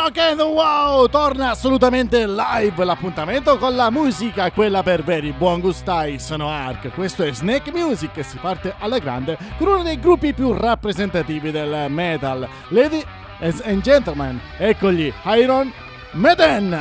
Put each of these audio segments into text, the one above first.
Rock and Wow torna assolutamente live. L'appuntamento con la musica è quella per veri buon gustai. Sono Ark, questo è Snake Music e si parte alla grande con uno dei gruppi più rappresentativi del metal. Ladies and gentlemen, eccoli, Iron Maiden.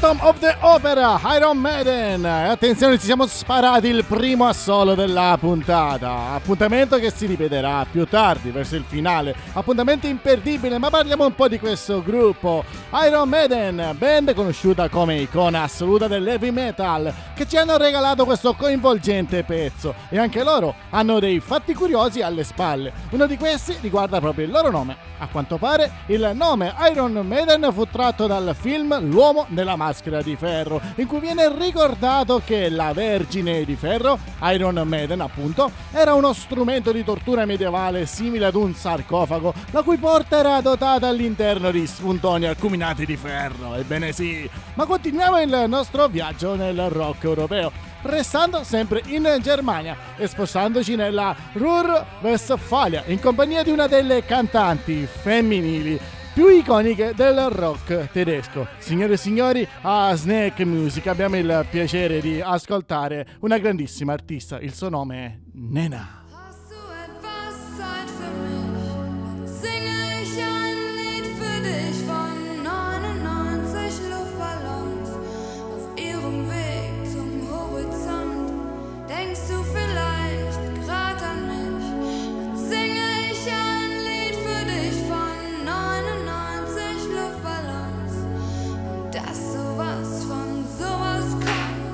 Phantom of the Opera, Iron Maiden. Attenzione, ci siamo sparati il primo assolo della puntata. Appuntamento che si ripeterà più tardi, verso il finale. Appuntamento imperdibile, ma parliamo un po' di questo gruppo. Iron Maiden, band conosciuta come icona assoluta dell'heavy metal, che ci hanno regalato questo coinvolgente pezzo. E anche loro hanno dei fatti curiosi alle spalle. Uno di questi riguarda proprio il loro nome. A quanto pare il nome Iron Maiden fu tratto dal film L'uomo nella maschera di ferro, in cui viene ricordato che la Vergine di ferro, Iron Maiden appunto, era uno strumento di tortura medievale simile ad un sarcofago, la cui porta era dotata all'interno di spuntoni acuminati di ferro. Ebbene sì, ma continuiamo il nostro viaggio nel rock europeo, restando sempre in Germania e spostandoci nella Ruhr-Westfalia in compagnia di una delle cantanti femminili più iconiche del rock tedesco. Signore e signori, a Snake Music abbiamo il piacere di ascoltare una grandissima artista. Il suo nome è Nena. Hast du etwas Zeit für mich? Singe ich ein Lied für dich von 99 Luftballons auf ihrem Weg zum Horizont. Denkst du vielleicht grad an mich? Dann singe ich ein Lied für dich von 99 Luftballons und dass sowas von sowas kommt.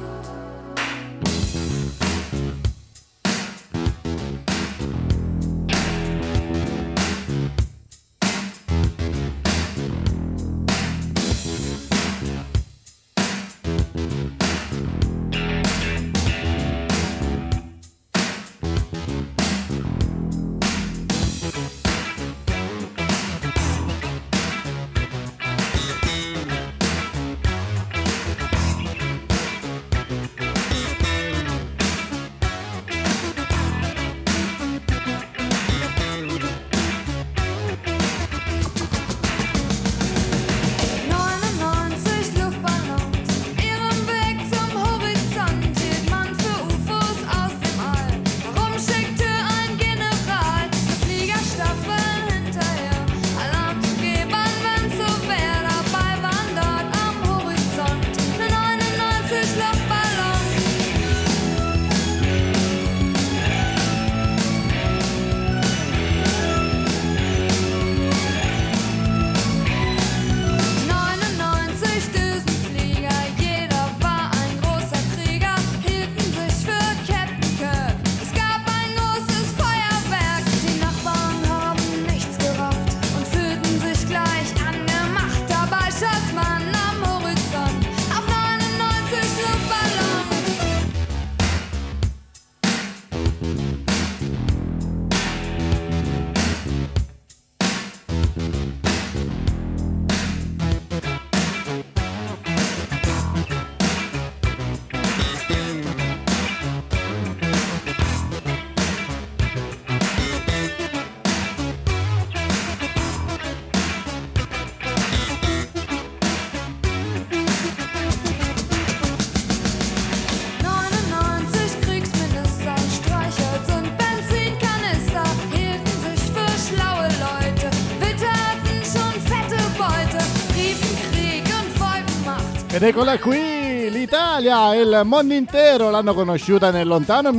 Ed eccola qui, l'Italia e il mondo intero l'hanno conosciuta nel lontano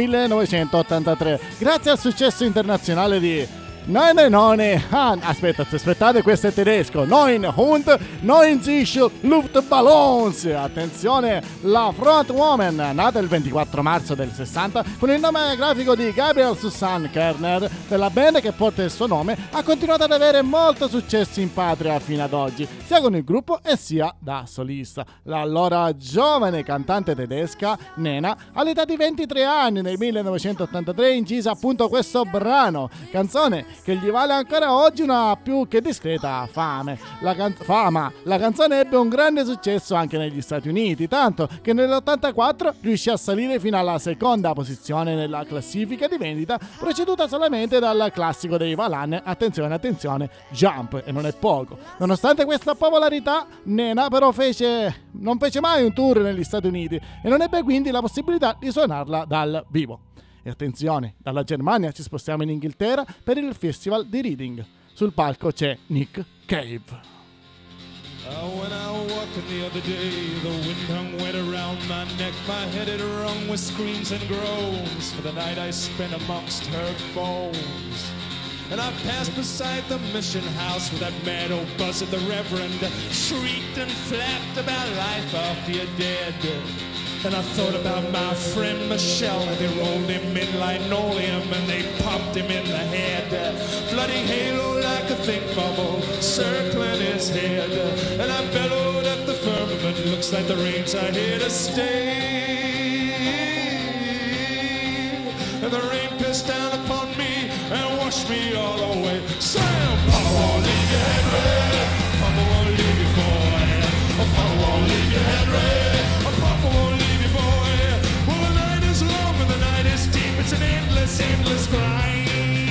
1983, grazie al successo internazionale di aspettate, questo è tedesco. 990 Luftballons. Attenzione, la frontwoman, nata il 24 marzo del 60 con il nome grafico di Gabriel Susanne Kerner, della band che porta il suo nome, ha continuato ad avere molto successo in patria fino ad oggi, sia con il gruppo e sia da solista. La allora giovane cantante tedesca Nena, all'età di 23 anni nel 1983, incise appunto questo brano, canzone che gli vale ancora oggi una più che discreta fama. La canzone ebbe un grande successo anche negli Stati Uniti, tanto che nell'84 riuscì a salire fino alla seconda posizione nella classifica di vendita, preceduta solamente dal classico dei Valan, attenzione, Jump, e non è poco. Nonostante questa popolarità, Nena però non fece mai un tour negli Stati Uniti e non ebbe quindi la possibilità di suonarla dal vivo. E attenzione, dalla Germania ci spostiamo in Inghilterra per il festival di Reading. Sul palco c'è Nick Cave. walking the other day, the wind hung wet around my neck, my head had rung with screams and groans, for the night I spent amongst her bones. And I passed beside the mission house with that mad old buzz at the reverend, shrieked and flapped about life after you're dead. And I thought about my friend Michelle, and they rolled him in linoleum and they popped him in the head. Bloody halo like a think bubble circling his head. And I bellowed at the firmament, looks like the rains are here to stay. And the rain pissed down upon me and washed me all away. Sam, Papa won't leave you, Henry. Papa won't leave you, boy. Papa won't leave you, Henry. Papa won't leave you, boy. Well, the night is long and the night is deep. It's an endless, endless grind.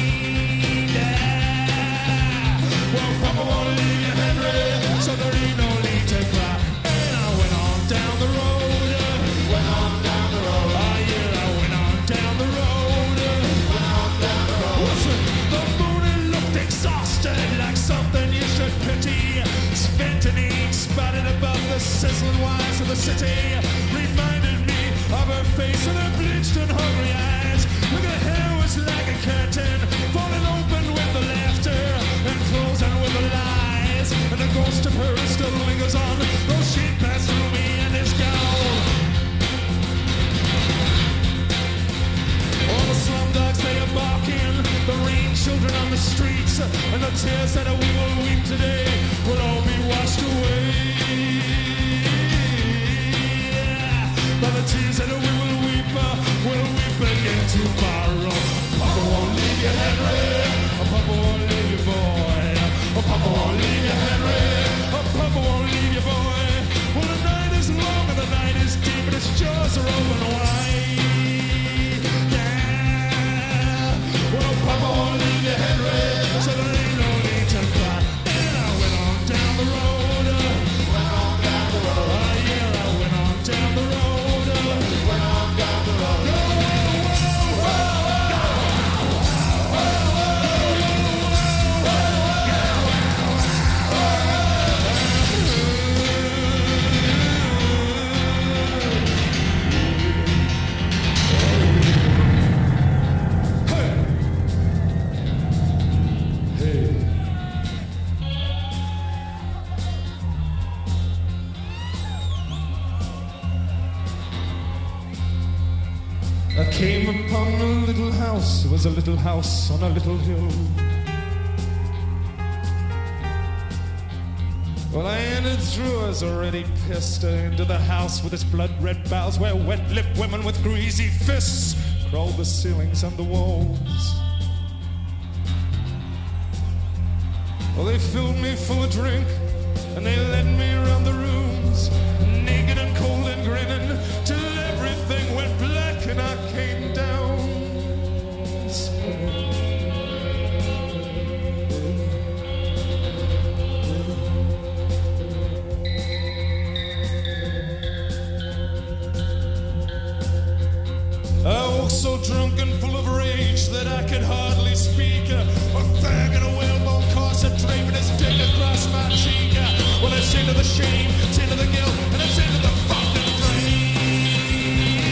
Yeah. Well, Papa won't leave you, Henry, so there ain't no need to cry. And I went on down the road. Went on down the road. Oh, yeah, I went on down the road. Went on down the road. Listen, the moon, it looked exhausted, like something you should pity. Spent an ink spotted above the sizzling wires of the city. Reminded me of her face and her bleached and hungry eyes. Look, her hair was like a curtain, falling open with the laughter and closing with the lies. And the ghost of her still lingers on, though she passed through me and is gone. All the slumdogs, they are barking, the rain children on the streets, and the tears that we will weep today will all be washed away. By the tears that we will weep again tomorrow. Papa won't leave you, Henry. Papa won't leave you, boy. Papa won't leave you, Henry. Papa won't leave you, boy. Well, the night is long and the night is deep, and its jaws are open wide. Yeah. Well, Papa won't leave you, Henry, so there ain't no need to cry. And I went on down the road. Went on down the road. Oh, yeah, I went on down the road. Went on down the road. I came upon a little house. It was a little house on a little hill. Well, I entered through, I was already pissed, into the house with its blood-red boughs, where wet-lipped women with greasy fists crawled the ceilings and the walls. Well, they filled me full of drink, and they led me around the rooms, naked and cold and grinning, till everything went black and I came down spinning. I woke so drunk and full of rage that I could hardly speak. A fag and a whalebone corset draping his dick across my cheek. Well, it's into the shame, it's into the guilt, and it's into the fucking drain.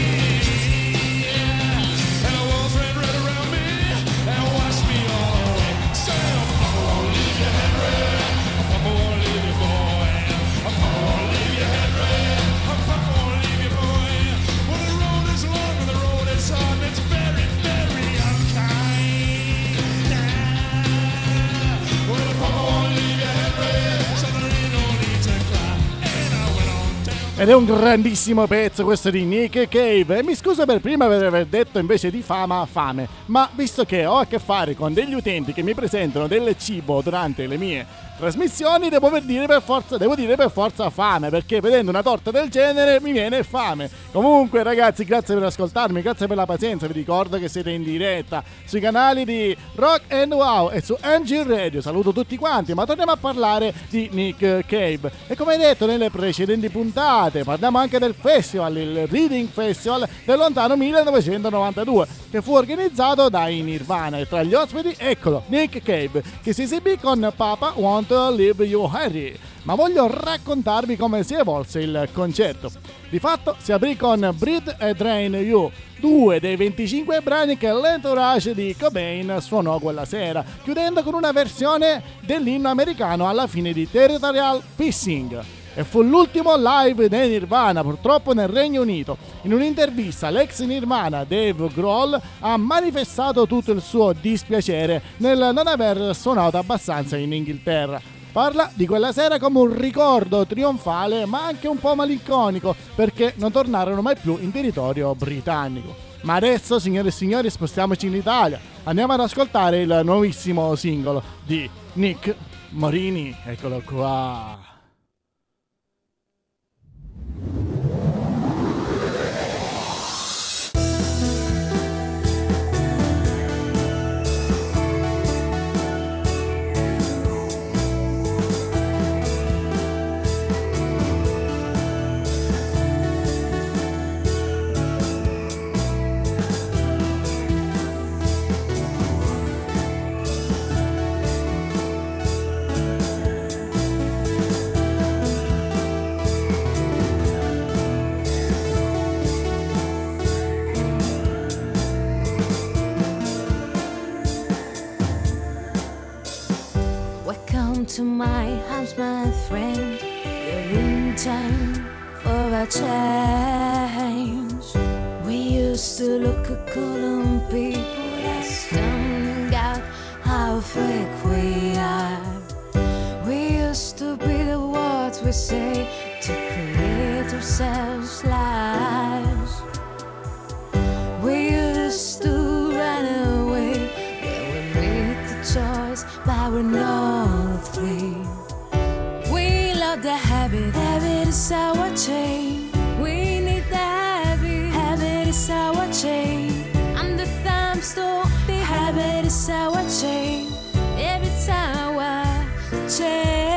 Yeah. And the walls ran right around me and washed me all away. Say, Papa won't leave you, Henry. Papa won't leave you, boy. Papa won't leave you, Henry. Papa won't leave you, boy. Well, the road is long and the road is hard, and it's very, very unkind. Yeah. Well, Papa won't leave you, Henry, so there ain't no need to cry. And I went on down. Ed è un grandissimo pezzo questo di Nick Cave. E mi scuso per prima per aver detto invece di fama fame, ma visto che ho a che fare con degli utenti che mi presentano del cibo durante le mie trasmissioni, devo dire per forza fame, perché vedendo una torta del genere mi viene fame. Comunque ragazzi, grazie per ascoltarmi, grazie per la pazienza. Vi ricordo che siete in diretta sui canali di Rock and Wow e su NG Radio. Saluto tutti quanti, ma torniamo a parlare di Nick Cave. E come detto nelle precedenti puntate, parliamo anche del festival, il Reading Festival del lontano 1992, che fu organizzato dai Nirvana, e tra gli ospiti eccolo Nick Cave, che si esibì con Papa Won't Leave You, Harry. ma voglio raccontarvi come si evolse il concerto. Di fatto si aprì con Breathe e Drain You, 2 dei 25 brani che l'entourage di Cobain suonò quella sera, chiudendo con una versione dell'inno americano alla fine di Territorial Pissing. E fu l'ultimo live dei Nirvana, purtroppo nel Regno Unito. In un'intervista l'ex Nirvana Dave Grohl ha manifestato tutto il suo dispiacere nel non aver suonato abbastanza in Inghilterra. Parla di quella sera come un ricordo trionfale ma anche un po' malinconico, perché non tornarono mai più in territorio britannico. Ma adesso, signore e signori, spostiamoci in Italia. Andiamo ad ascoltare il nuovissimo singolo di Nick Morini. Eccolo qua. To my arms, my friend, you're in time for a change. We used to look at cool on people that stand out how fake we are. We used to be the words we say to create ourselves lives. We used to run away when we made the choice, but we're not free. We love the habit, habit is our chain. We need the habit, habit is our chain. And the thumbs don't be habit is our chain. It's our chain.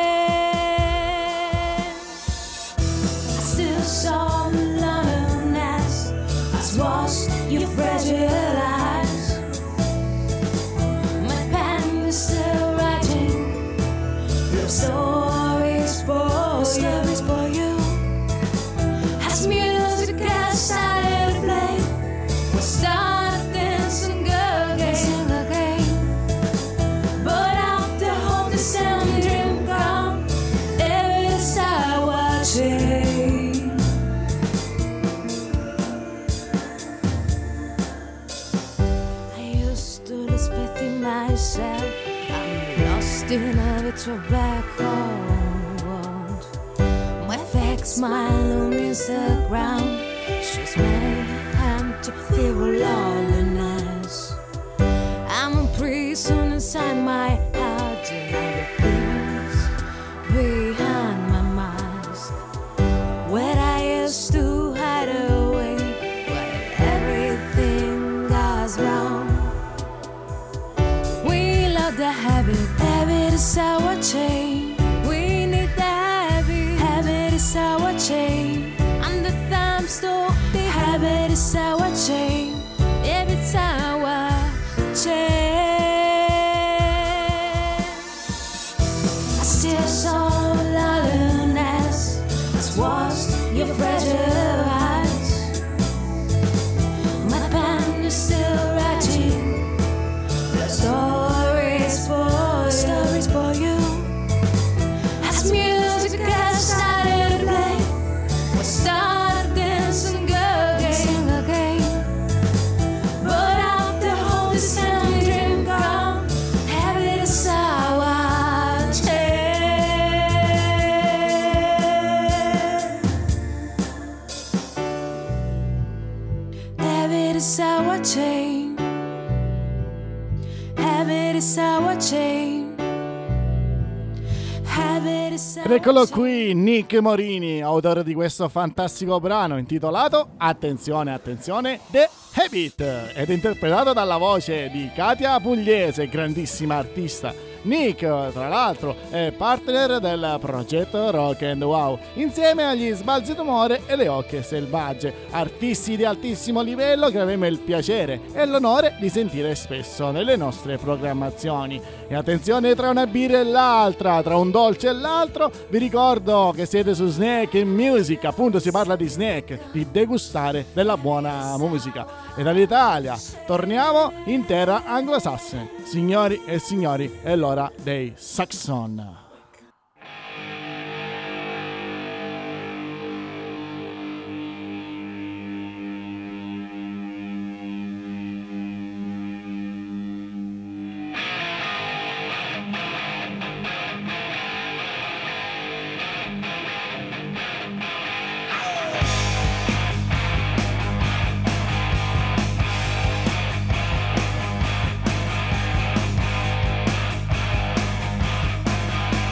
I still saw the loneliness as was your fragile eyes. My pen is still writing love stories for you. As music gets started to play, we'll start to dance and go again. But after hope the sound dream come, it's our chain. I used to lose faith in myself. I'm lost in a virtual black hole. My fake smile on Instagram shows my empty feel loneliness. I'm a prison inside my heart, and I'm the feelings behind my mask. Where I used to hide away, where everything goes wrong. We love the habit, habit is our chain. We need the habit, habit is our chain. And the thumbs don't be habit is our chain. It's our chain. I still saw loneliness as was your fragile eyes. My pen is still writing love stories for you. As music gets started to play, we'll start to dance and go again. But after all this time dream come, habit is our chain. Habit is our chain. Habit is our chain. Ed eccolo qui Nick Morini, autore di questo fantastico brano intitolato Attenzione, attenzione, The Habit, ed interpretato dalla voce di Katia Pugliese, grandissima artista Nick, tra l'altro, è partner del progetto Rock and Wow, insieme agli Sbalzi d'Umore e le Ocche Selvagge, artisti di altissimo livello che avremo il piacere e l'onore di sentire spesso nelle nostre programmazioni. E attenzione, tra una birra e l'altra, tra un dolce e l'altro, vi ricordo che siete su Snake Music, appunto si parla di snack, di degustare della buona musica. E dall'Italia torniamo in terra anglosassone. Signori e signori, è l'ora dei Saxon. I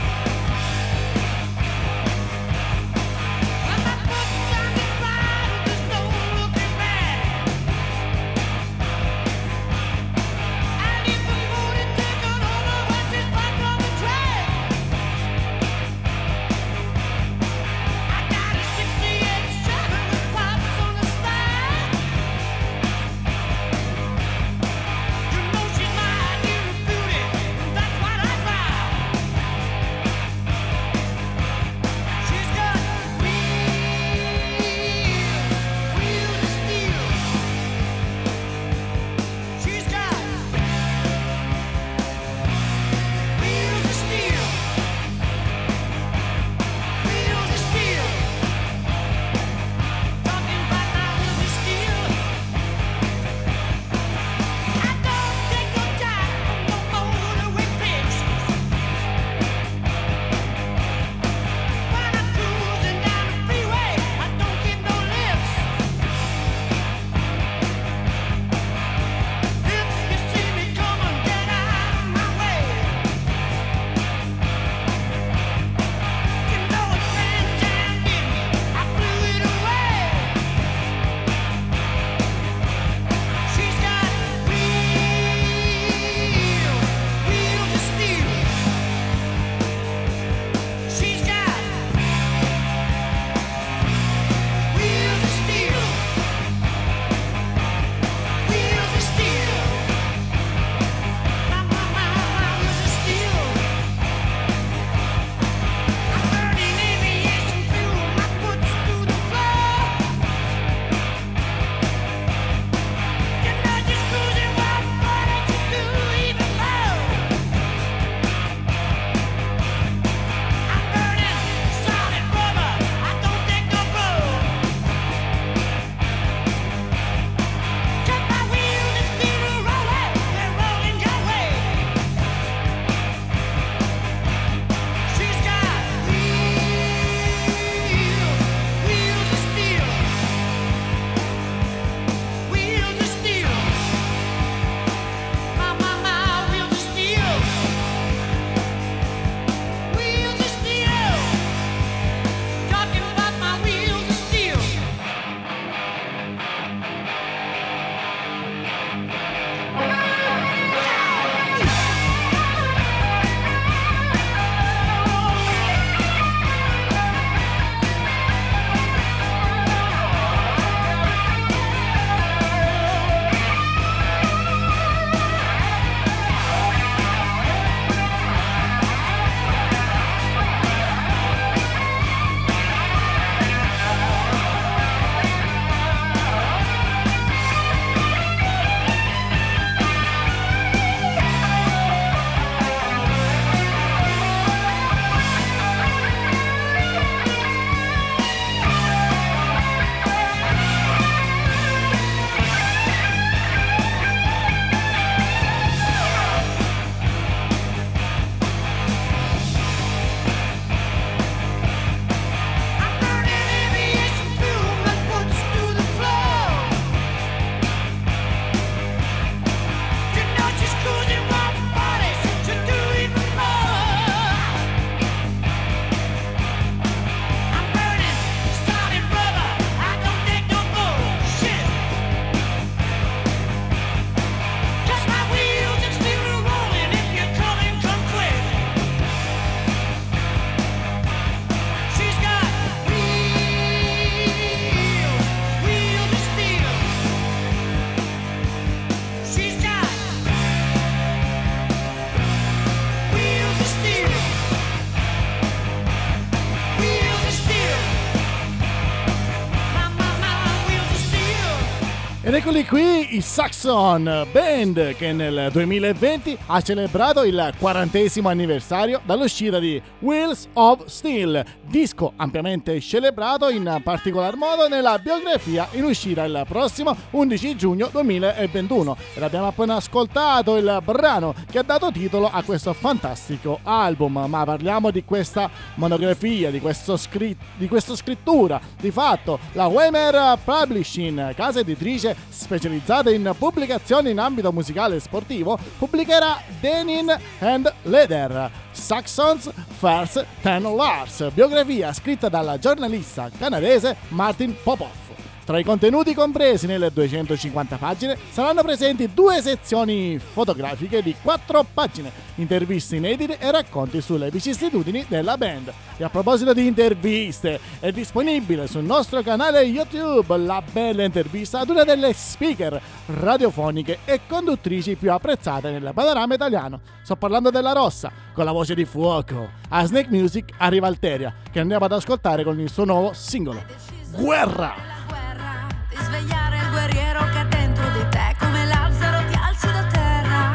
Ed eccoli qui i Saxon, band che nel 2020 ha celebrato il 40° anniversario dall'uscita di Wheels of Steel, disco ampiamente celebrato in particolar modo nella biografia in uscita il prossimo 11 giugno 2021. Ed abbiamo appena ascoltato il brano che ha dato titolo a questo fantastico album, ma parliamo di questa monografia, di questa scrittura. Di fatto la Weimer Publishing, casa editrice specializzata in pubblicazioni in ambito musicale e sportivo, pubblicherà Denim and Leather, Saxon's First 10 Years, biografia scritta dal giornalista canadese Martin Popoff. Tra i contenuti compresi nelle 250 pagine saranno presenti 2 sezioni fotografiche di 4 pagine, interviste inedite e racconti sulle vicissitudini della band. E a proposito di interviste, è disponibile sul nostro canale YouTube la bella intervista ad una delle speaker radiofoniche e conduttrici più apprezzate nel panorama italiano. Sto parlando della Rossa, con la voce di fuoco. A Snake Music arriva Alteria, che andiamo ad ascoltare con il suo nuovo singolo, Guerra! Svegliare il guerriero che è dentro di te, come Lazzaro ti alzi da terra.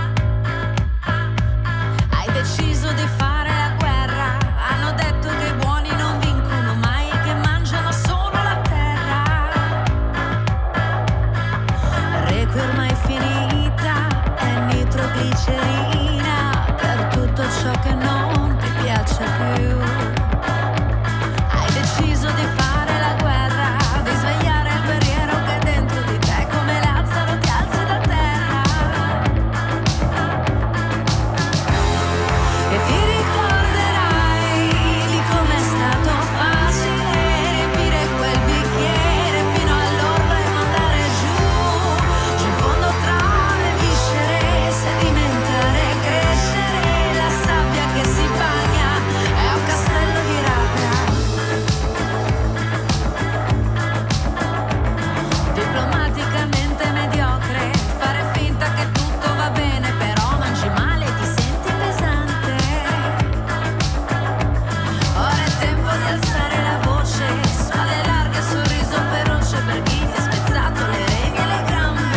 Hai deciso di fare la guerra. Hanno detto che i buoni non vincono mai e che mangiano solo la terra. Requiem mai finita è nitroglicerina per tutto ciò che non ti piace più. Hai deciso di fare la guerra, di svegliare il guerriero che è dentro di te, come Lazzaro ti alzi da terra. E ti ricorderai di com'è stato facile riempire quel bicchiere fino all'orlo e mandare giù in fondo tra le viscere, sedimentare e crescere. La sabbia che si bagna è un castello di rabbia. Diplomaticamente mediocre, fare finta che tutto va bene, però mangi male e ti senti pesante. Ora è tempo di alzare la voce, spalle larghe, sorriso feroce per chi ti ha spezzato le reni e le gambe.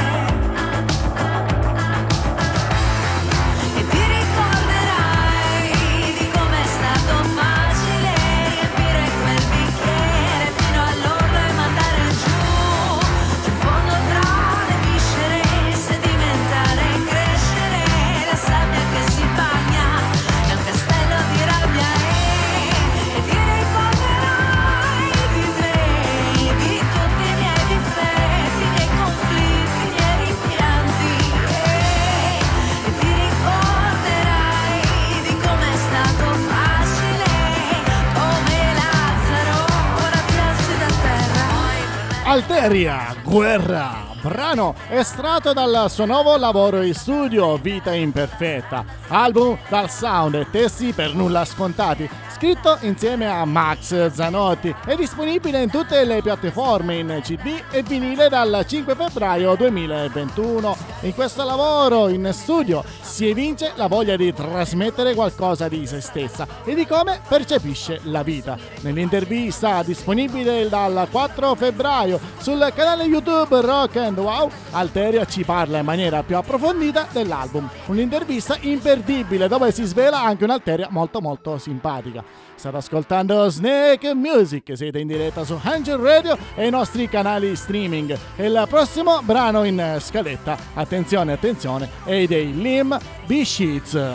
E ti ricorderai di com'è stato facile riempire quel bicchiere fino all'orlo e mandare giù in fondo tra le viscere, sedimentare e crescere. La sabbia che si bagna è un castello di rabbia. E ti ricorderai di me, di tutti i miei difetti, i miei conflitti, i miei rimpianti. E ti ricorderai di com'è stato facile come Lazzaro ora ti alzi da terra. Alteria, Guerra, brano estratto dal suo nuovo lavoro in studio Vita Imperfetta, album dal sound e testi per nulla scontati, scritto insieme a Max Zanotti, è disponibile in tutte le piattaforme in CD e vinile dal 5 febbraio 2021. In questo lavoro in studio si evince la voglia di trasmettere qualcosa di se stessa e di come percepisce la vita. Nell'intervista disponibile dal 4 febbraio sul canale YouTube Rock and Wow, Alteria ci parla in maniera più approfondita dell'album. Un'intervista imperdibile dove si svela anche un'Alteria molto molto simpatica. State ascoltando Snake Music, siete in diretta su Angel Radio e i nostri canali streaming. E il prossimo brano in scaletta, attenzione attenzione, è dei Limp Bizkit.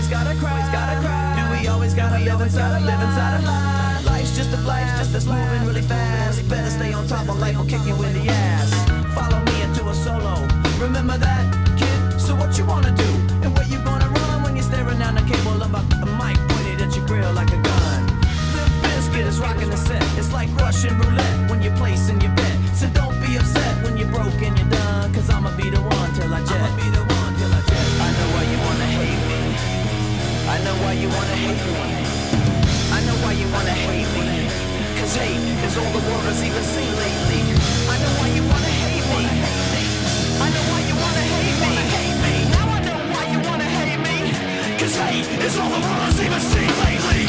gotta cry? Do we always gotta live inside a lie? Life's just a blast, just that's moving really fast. Better stay on top of life or kick you in the ass. Follow me into a solo. Remember that, kid? So what you wanna do? And where you gonna run when you're staring down the cable of a mic pointed at your grill like a gun? Limp Bizkit is rocking the set. It's like Russian roulette when you're placing your bet. So don't be upset when you're broke and you're done. Cause I'ma be the one till I jet. I know why you wanna hate me. I know why you wanna hate me. I know why you wanna hate me. Cause hate is all the world has even seen lately. I know why you wanna hate me. I know why you wanna hate me. Now I know why you wanna hate me. Cause hate is all the world has even seen lately.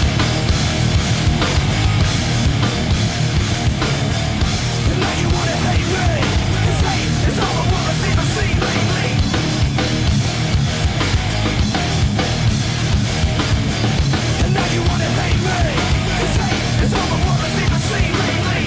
And now you wanna hate me. Cause hate is all the world has even seen lately. And now you wanna hate me. Cause hate is all the world has even seen lately.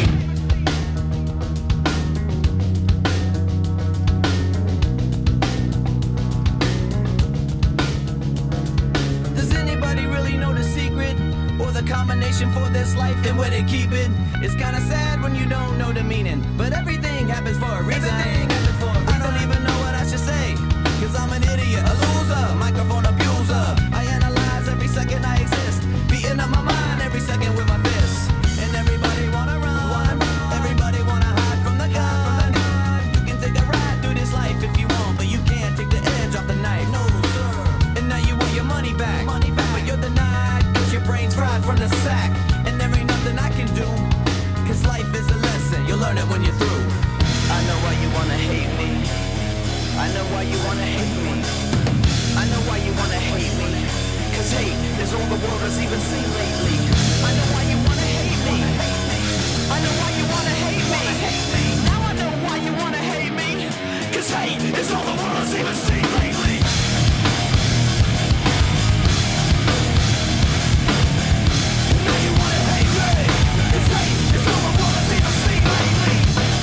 Does anybody really know the secret? Or the combination for this life and where they keep it? It's kinda sad when you don't know the meaning. But everything happens for a reason. I don't even know what I should say. Cause I'm an idiot, a loser, microphone abuser. I analyze every second I exist. Beating up my mind every second with my fists. And everybody wanna run. Everybody wanna hide from the gun. You can take a ride through this life if you want, but you can't take the edge off the knife. No, sir. And now you want your money back. But you're denied cause your brain's fried from the sack. And there ain't nothing I can do. Cause life is a lesson, you'll learn it when you're through. I know why you wanna hate me. I know why you wanna hate me. I know why you wanna hate me. Cause hate is all the world has even seen lately. I know why you wanna hate me. I know why you wanna hate me. Now I know why you wanna hate me. Cause hate is all the world has even seen lately. Now you wanna hate me. Cause hate is all the world has even seen lately.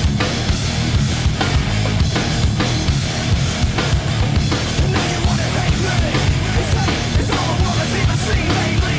Now you wanna hate me. Cause hate is all the world has even seen lately.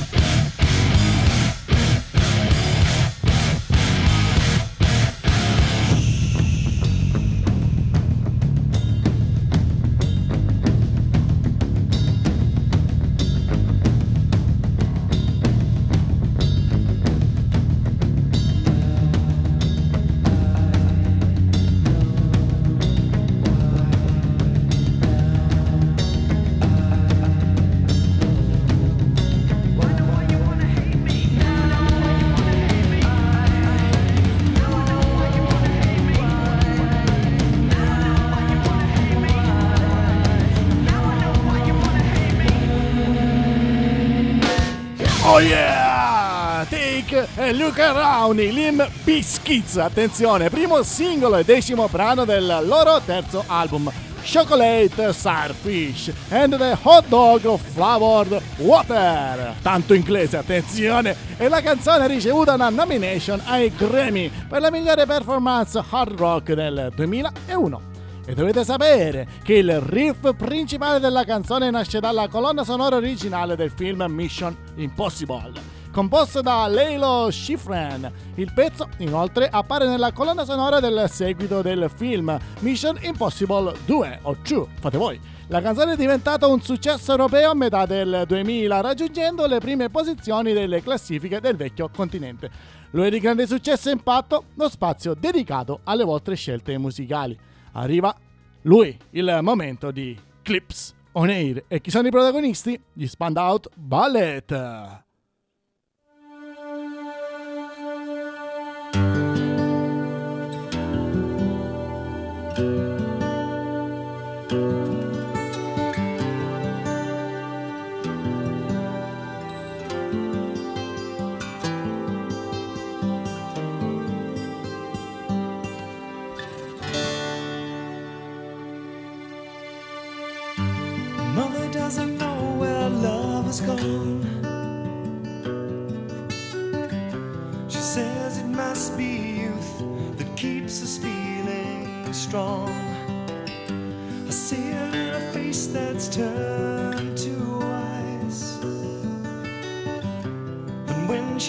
Oh yeah! Take e Look Around, i Limp Bizkit. Attenzione, primo singolo e 10° brano del loro terzo album, Chocolate Starfish and the Hot Dog Flavored Water. Tanto inglese, attenzione! E la canzone ha ricevuto una nomination ai Grammy per la migliore performance hard rock del 2001. E dovete sapere che il riff principale della canzone nasce dalla colonna sonora originale del film Mission Impossible, composto da Lalo Schifrin. Il pezzo, inoltre, appare nella colonna sonora del seguito del film Mission Impossible 2 o 2, fate voi. La canzone è diventata un successo europeo a metà del 2000, raggiungendo le prime posizioni delle classifiche del vecchio continente. Lo è di grande successo e impatto lo spazio dedicato alle vostre scelte musicali. Arriva lui, il momento di Clips on Air. E chi sono i protagonisti? Gli Spandau Ballet. Mother doesn't know where love has gone. She says it must be youth that keeps us feeling strong. I see her in a face that's turned to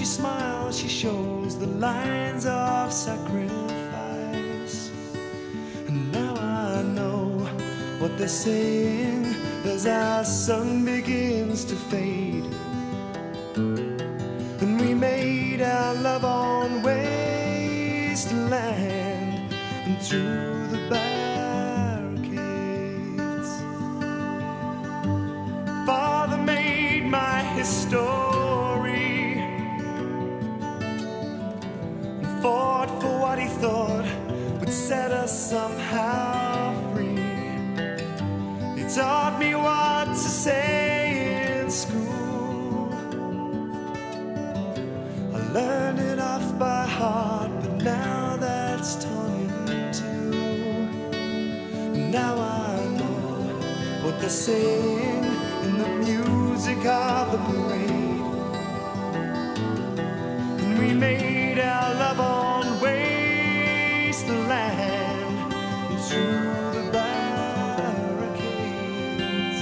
she smiles, she shows the lines of sacrifice. And now I know what they're saying as our sun begins to fade. And we made our love on wasteland and through the barricades. Father made my history and fought for what he thought would set us somehow free. He taught me what to say in school. I learned it off by heart, but now that's torn in two. Now I know what they're saying in the music of the parade. And we made our love on wasteland and through the barricades.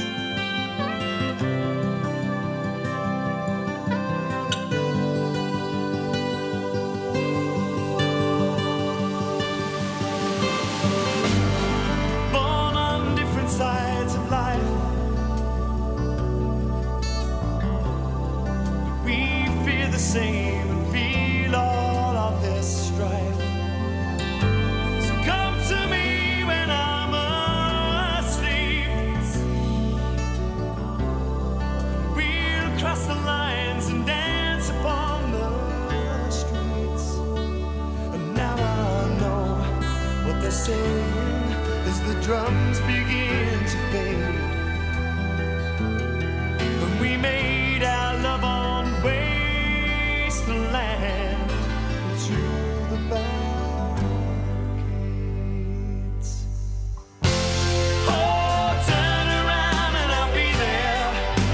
Born on different sides of life, we fear the same and feel all of this strife. So come to me when I'm asleep. We'll cross the lines and dance upon the streets. And now I know what they're saying as the drums begin to fade. And we made our love on wasteland through the barricades. Oh, turn around and I'll be there.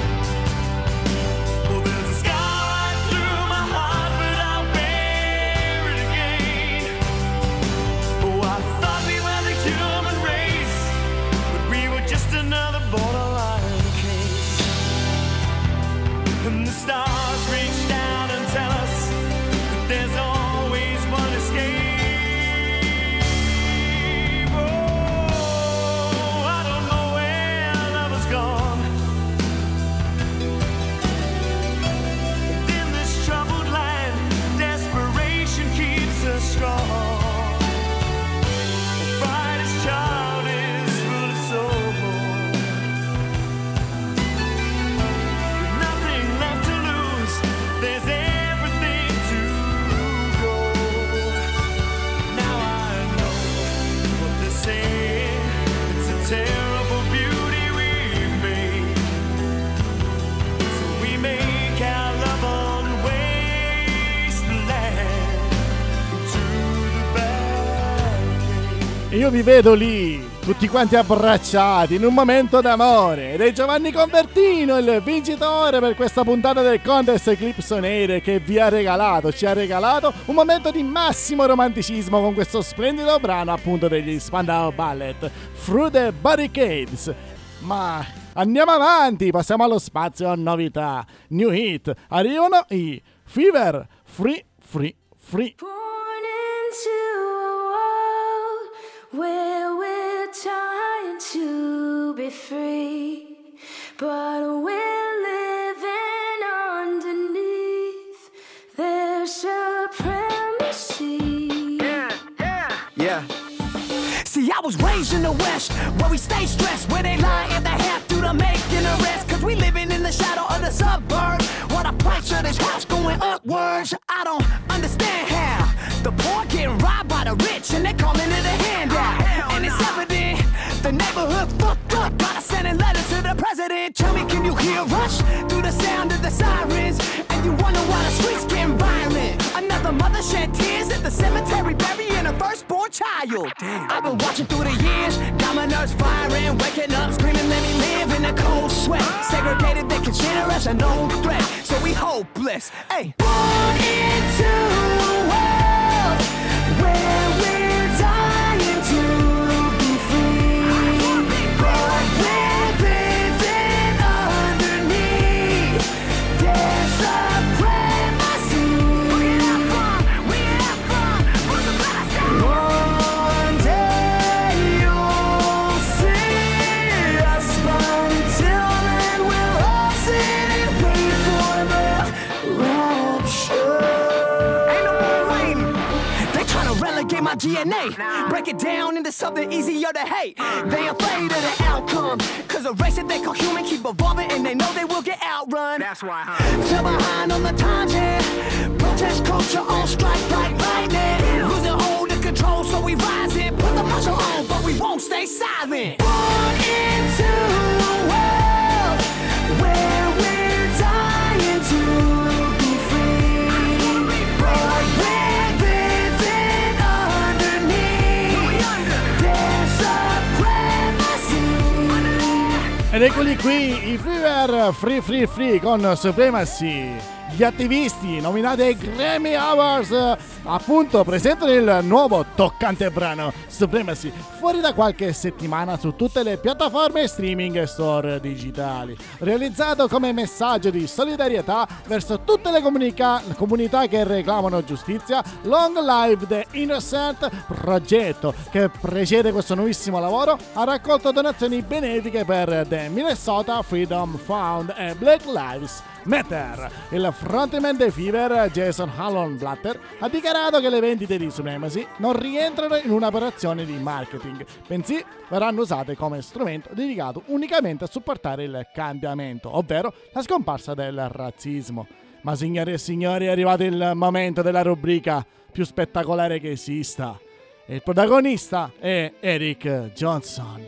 Well, there's a scar right through my heart, but I'll bear it again. Oh, I thought we were the human race, but we were just another borderline case. And the stars reach down and tell us that there's always one escape. Oh, I don't know where love has gone. But in this troubled land, desperation keeps us strong. The brightest child is full of soul. With nothing left to lose, there's everything to go. Now I know what they're saying. It's a terrible beauty we've made. So we make our love on wasteland through the barricades. E io vi vedo lì, tutti quanti abbracciati in un momento d'amore. Ed è Giovanni Convertino il vincitore per questa puntata del Contest Eclipse on Air, che ci ha regalato un momento di massimo romanticismo con questo splendido brano appunto degli Spandau Ballet, Through the Barricades. Ma andiamo avanti, passiamo allo spazio a novità, new hit. Arrivano i Fever, Free Free Free. Born into a world where we're trying to be free, but we're living underneath their supremacy. Yeah. See, I was raised in the West, where we stay stressed, where they lie if they have to make an arrest. Cause we living in the shadow of the suburbs, while the price of this house going upwards. I don't understand how the poor getting robbed by the rich, and they calling it a handout. And it's evident the neighborhood fucked up, gotta sending letters to the president. Tell me, can you hear us through the sound of the sirens? And you wonder why the streets getting violent. Another mother shed tears at the cemetery, burying a firstborn child. I've been watching through the years, got my nerves firing, waking up screaming, let me live in the cold sweat. Segregated, they consider us a known threat, so we hopeless. Hey, born into a world where we're dying to be free, but we're living underneath their supremacy. DNA. Break it down into something easier to hate. They afraid of the outcome, cause a race that they call human keep evolving and they know they will get outrun. That's why, still behind on the times, yeah. Protest culture on strike like lightning. Losing hold of control, so we rise it. Put the muscle on, but we won't stay silent. Born into a world where we're dying to be free, but we're living underneath their supremacy. Ed eccoli qui, i Fever Free con Supremacy. Gli attivisti nominati ai Grammy Awards appunto presentano il nuovo toccante brano Supremacy, fuori da qualche settimana su tutte le piattaforme streaming e store digitali, realizzato come messaggio di solidarietà verso tutte le comunità che reclamano giustizia. Long Live the Innocent, progetto che precede questo nuovissimo lavoro, ha raccolto donazioni benefiche per The Minnesota Freedom Fund e Black Lives Matter. Il frontman dei Fever, Jason Hallenblatter, ha dichiarato che le vendite di Supremacy non rientrano in un'operazione di marketing, bensì verranno usate come strumento dedicato unicamente a supportare il cambiamento, ovvero la scomparsa del razzismo. Ma signore e signori, è arrivato il momento della rubrica più spettacolare che esista. E il protagonista è Eric Johnson.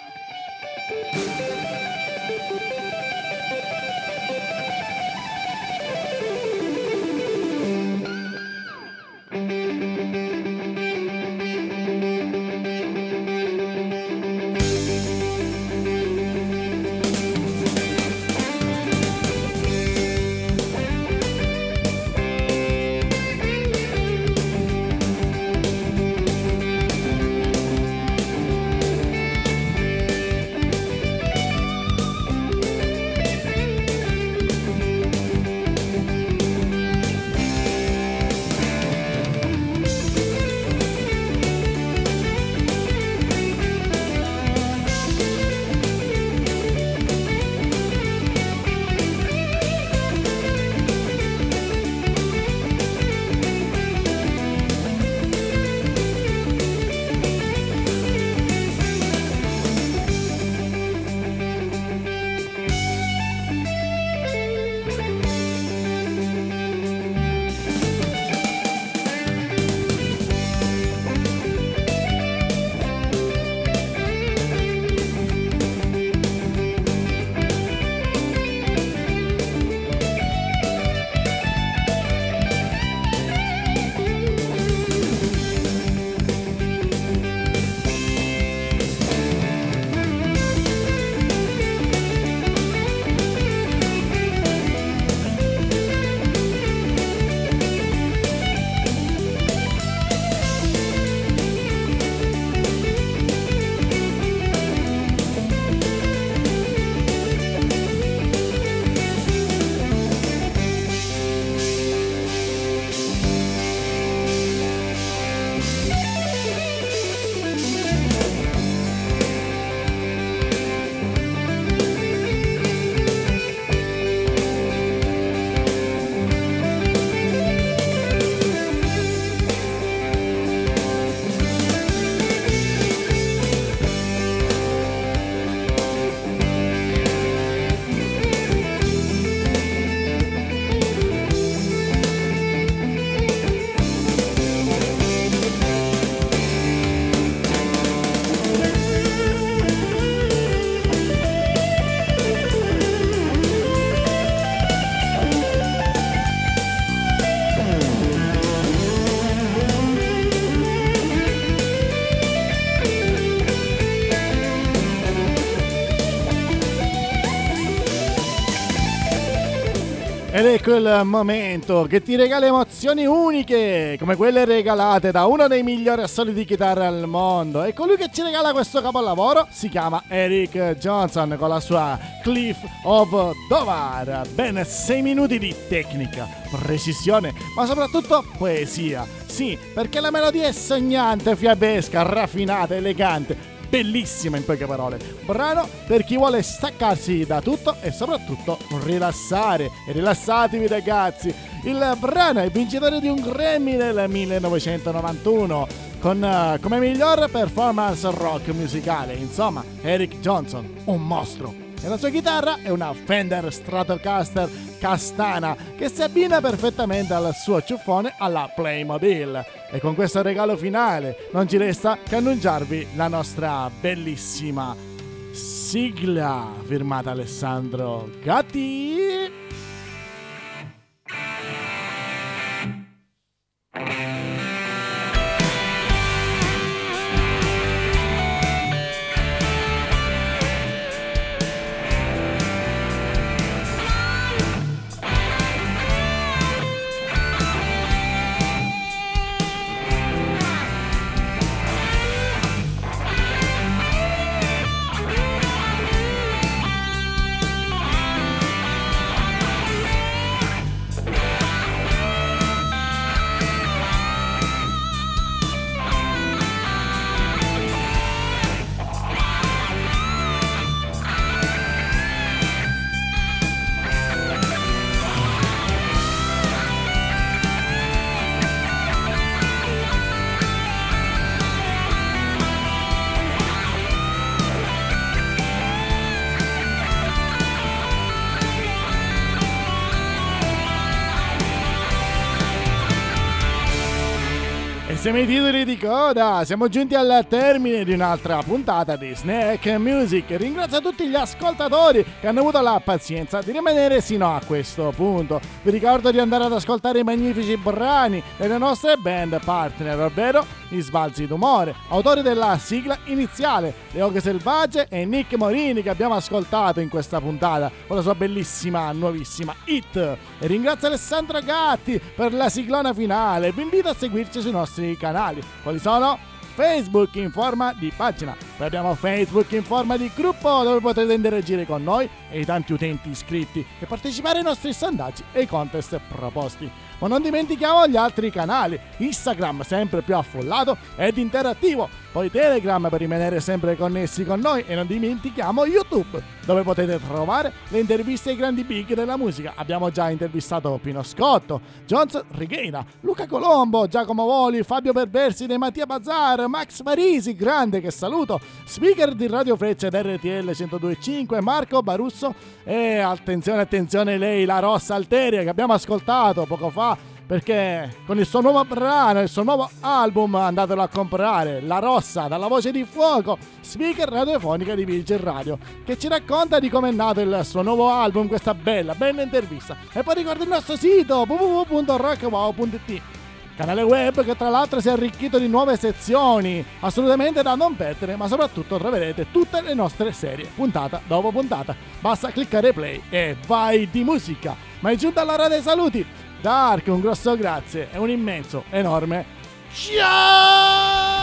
Ed ecco il momento che ti regala emozioni uniche, come quelle regalate da uno dei migliori assoli di chitarra al mondo. E colui che ci regala questo capolavoro si chiama Eric Johnson con la sua Cliff of Dover. Ben 6 minuti di tecnica, precisione, ma soprattutto poesia. Sì, perché la melodia è sognante, fiabesca, raffinata, elegante, bellissima in poche parole. Brano per chi vuole staccarsi da tutto e soprattutto rilassare. E rilassatevi ragazzi, il brano è vincitore di un Grammy nel 1991 con come miglior performance rock musicale. Insomma, Eric Johnson, un mostro. E la sua chitarra è una Fender Stratocaster castana che si abbina perfettamente al suo ciuffone alla Playmobil. E con questo regalo finale non ci resta che annunciarvi la nostra bellissima sigla firmata Alessandro Gatti. Siamo i titoli di coda, siamo giunti al termine di un'altra puntata di Snack Music. Ringrazio tutti gli ascoltatori che hanno avuto la pazienza di rimanere sino a questo punto. Vi ricordo di andare ad ascoltare i magnifici brani delle nostre band partner, ovvero gli Sbalzi d'Umore, autori della sigla iniziale, Le Oche Selvagge, e Nick Morini, che abbiamo ascoltato in questa puntata con la sua bellissima nuovissima hit. E ringrazio Alessandro Gatti per la siglona finale. Vi invito a seguirci sui nostri canali. Quali sono? Facebook in forma di pagina, poi abbiamo Facebook in forma di gruppo dove potrete interagire con noi e i tanti utenti iscritti e partecipare ai nostri sondaggi e ai contest proposti. Ma non dimentichiamo gli altri canali: Instagram sempre più affollato ed interattivo, poi Telegram per rimanere sempre connessi con noi, e non dimentichiamo YouTube, dove potete trovare le interviste ai grandi big della musica. Abbiamo già intervistato Pino Scotto, Jones Righeira, Luca Colombo, Giacomo Voli, Fabio Perversi dei Mattia Bazzar, Max Parisi, grande che saluto, speaker di Radio Freccia ed RTL 102.5, Marco Barusso, e attenzione lei, la Rossa Alteria, che abbiamo ascoltato poco fa, perché con il suo nuovo brano, il suo nuovo album, andatelo a comprare, La Rossa, dalla voce di fuoco, speaker radiofonica di Virgin Radio, che ci racconta di come è nato il suo nuovo album, questa bella intervista. E poi ricorda il nostro sito www.rockwow.it, canale web che tra l'altro si è arricchito di nuove sezioni assolutamente da non perdere, ma soprattutto troverete tutte le nostre serie puntata dopo puntata. Basta cliccare play e vai di musica. Ma è giunta l'ora dei saluti. Da Ark un grosso grazie e un immenso, enorme ciao!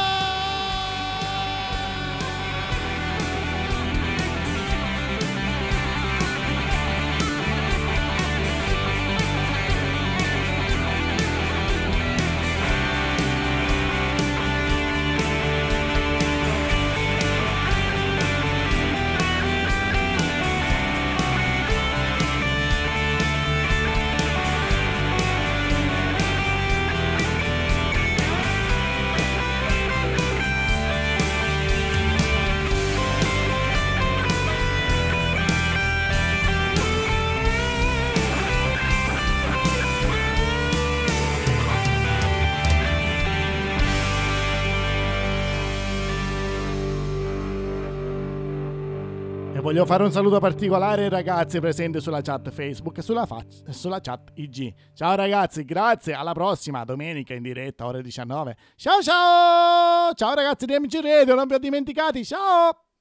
Voglio fare un saluto particolare ai ragazzi presenti sulla chat Facebook e sulla chat IG. Ciao ragazzi, grazie, alla prossima domenica in diretta ore 19. Ciao ragazzi di MC Radio, non vi ho dimenticati, ciao!